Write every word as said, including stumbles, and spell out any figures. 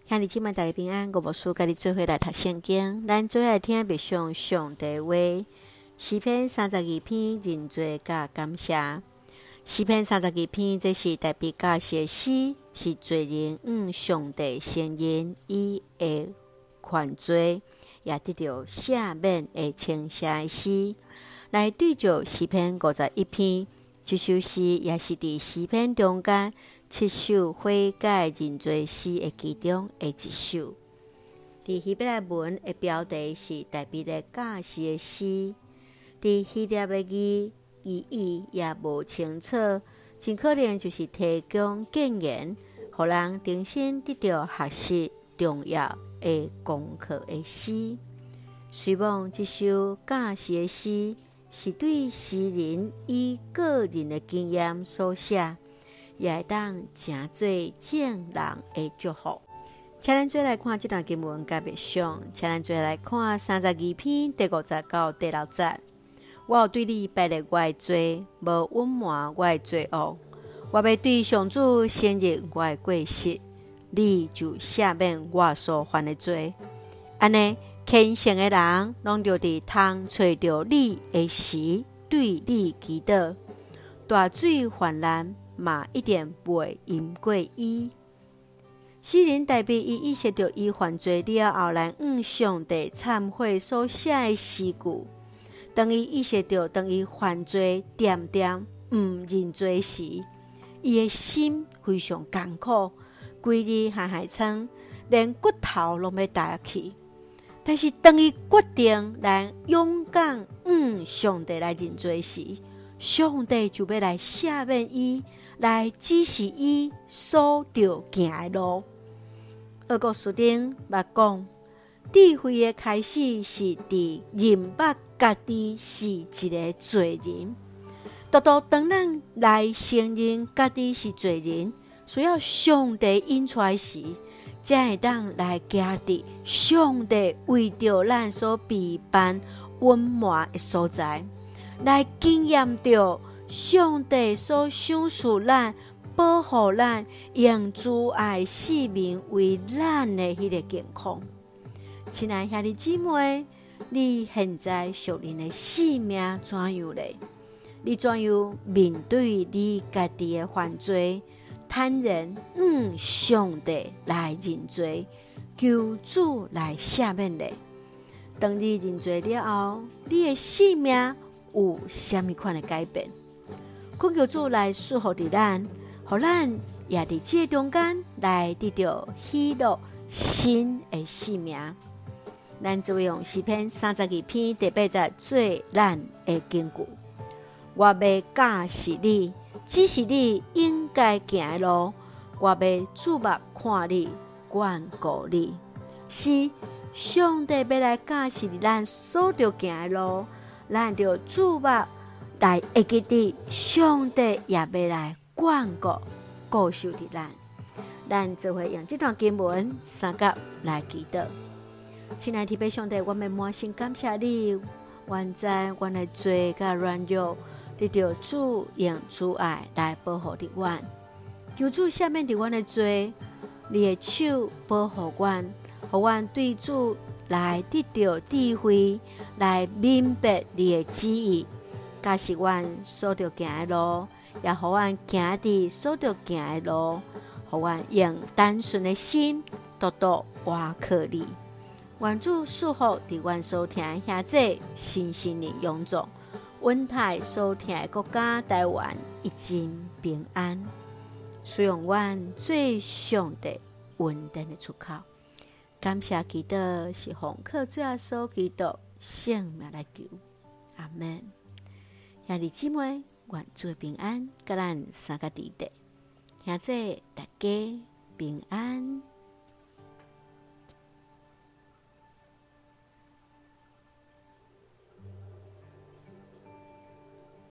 兄弟姊妹大家平安，我无事甲你做伙来读圣经，咱做伙来听默想上帝话。诗篇三十二篇，认罪甲感谢。诗篇三十二篇，这是特别教示的诗，是罪人向上帝承认伊的犯罪，也得到赦免的称谢的诗。来对照诗篇五十一篇，这首诗也是伫诗篇中间七首悔改认罪诗的其中的一首。伫希伯来文的标题是特别的教示的诗，伫希腊的字意义也无清楚，真可能就是提供建言，互人重新得到学习重要的功课的诗。希望这首教示的诗是对诗人以个人的经验所写，也会当成做正人的祝福。请咱做来看这段经文甲默想，请咱做来看三十二篇第五节到第六节。我有对你摆列我的罪，无隐瞒我的罪恶。我要对上主承认我的过失，你就赦免我所犯的罪。安尼，虔诚的人拢着伫通找着你的时，对你祈祷。大水泛滥，嘛一定袂淹过伊。诗人代表伊意识到伊犯罪了后，来向上帝忏悔所写的诗句。当伊意识到，当伊犯罪点点毋认罪时，伊的心非常艰苦，规日海海撑，连骨头拢要打下去。但是当伊决定来勇敢向上帝来认罪时，上帝就要来赦免伊，来指示伊所着行的路。俄国书顶捌讲，智慧的开始是伫认捌家己是一个罪人。独独当咱来承认家己是罪人，需要上帝引出来时，才会当来行伫上帝为着咱所备办隐瞒的所在，来经验到上帝所赏赐咱、保护咱、用主爱生命为咱的迄个健康。亲爱兄弟姊妹，你现在属灵的性命怎样呢？你怎样面对你家己的犯罪，坦然向上帝来认罪，求主来赦免呢？当你认罪了后，你的性命有什么款的改变？恳求主来赐福伫咱，互咱也伫这中间来得到喜乐新的生命。咱就用诗篇三十二篇第八节做咱的根据。我要教示你，指示你应该行的路。我要注目看你，眷顾你。是上帝要来教示咱所着行的路，咱就注目来会记得上帝也要来眷顾顾守伫咱。咱就会用这段经文三角来祈祷。亲爱的天父上帝，我们满心感谢你，愿在阮的罪甲软弱，得到主用主爱来保护伫阮。求主赦免伫阮的罪，你的手保护阮，互阮对主来得到智慧，来明白你的旨意，教示阮所着行的路，也互阮行伫所着行的路，互阮用单纯的心，独独倚靠你。愿主赐福伫阮所听兄弟新新年永驻，阮台所听的国家台湾一尽平安，使用阮最上帝稳定的出口。感谢祈祷是奉靠主耶稣基督圣名来求，阿们。兄弟姊妹，愿主平安，甲咱三个弟弟兄弟大家平安。